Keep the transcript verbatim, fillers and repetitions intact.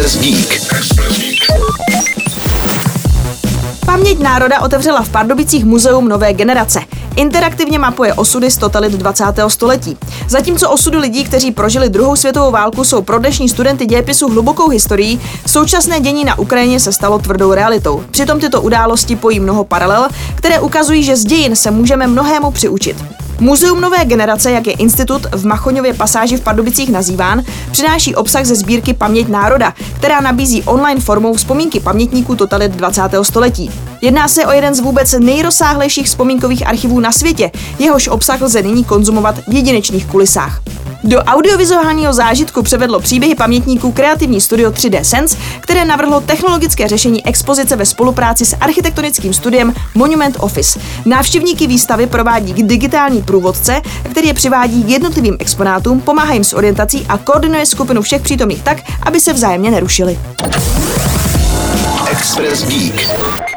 Express Geek. Paměť národa otevřela v Pardubicích muzeum nové generace. Interaktivně mapuje osudy z totalit dvacátého století. Zatímco osudy lidí, kteří prožili druhou světovou válku, jsou pro dnešní studenty dějepisu hlubokou historií, současné dění na Ukrajině se stalo tvrdou realitou. Přitom tyto události pojí mnoho paralel, které ukazují, že z dějin se můžeme mnohému přiučit. Muzeum nové generace, jak je institut v Machoňově pasáži v Pardubicích nazýván, přináší obsah ze sbírky Paměť národa, která nabízí online formou vzpomínky pamětníků totalit dvacátého století. Jedná se o jeden z vůbec nejrozsáhlejších vzpomínkových archivů na světě, jehož obsah lze nyní konzumovat v jedinečných kulisách. Do audiovizuálního zážitku převedlo příběhy pamětníků kreativní studio tři dé Sense, které navrhlo technologické řešení expozice ve spolupráci s architektonickým studiem Monument Office. Návštěvníky výstavy provádí digitální průvodce, který je přivádí k jednotlivým exponátům, pomáhá jim s orientací a koordinuje skupinu všech přítomných tak, aby se vzájemně nerušili. Express Geek.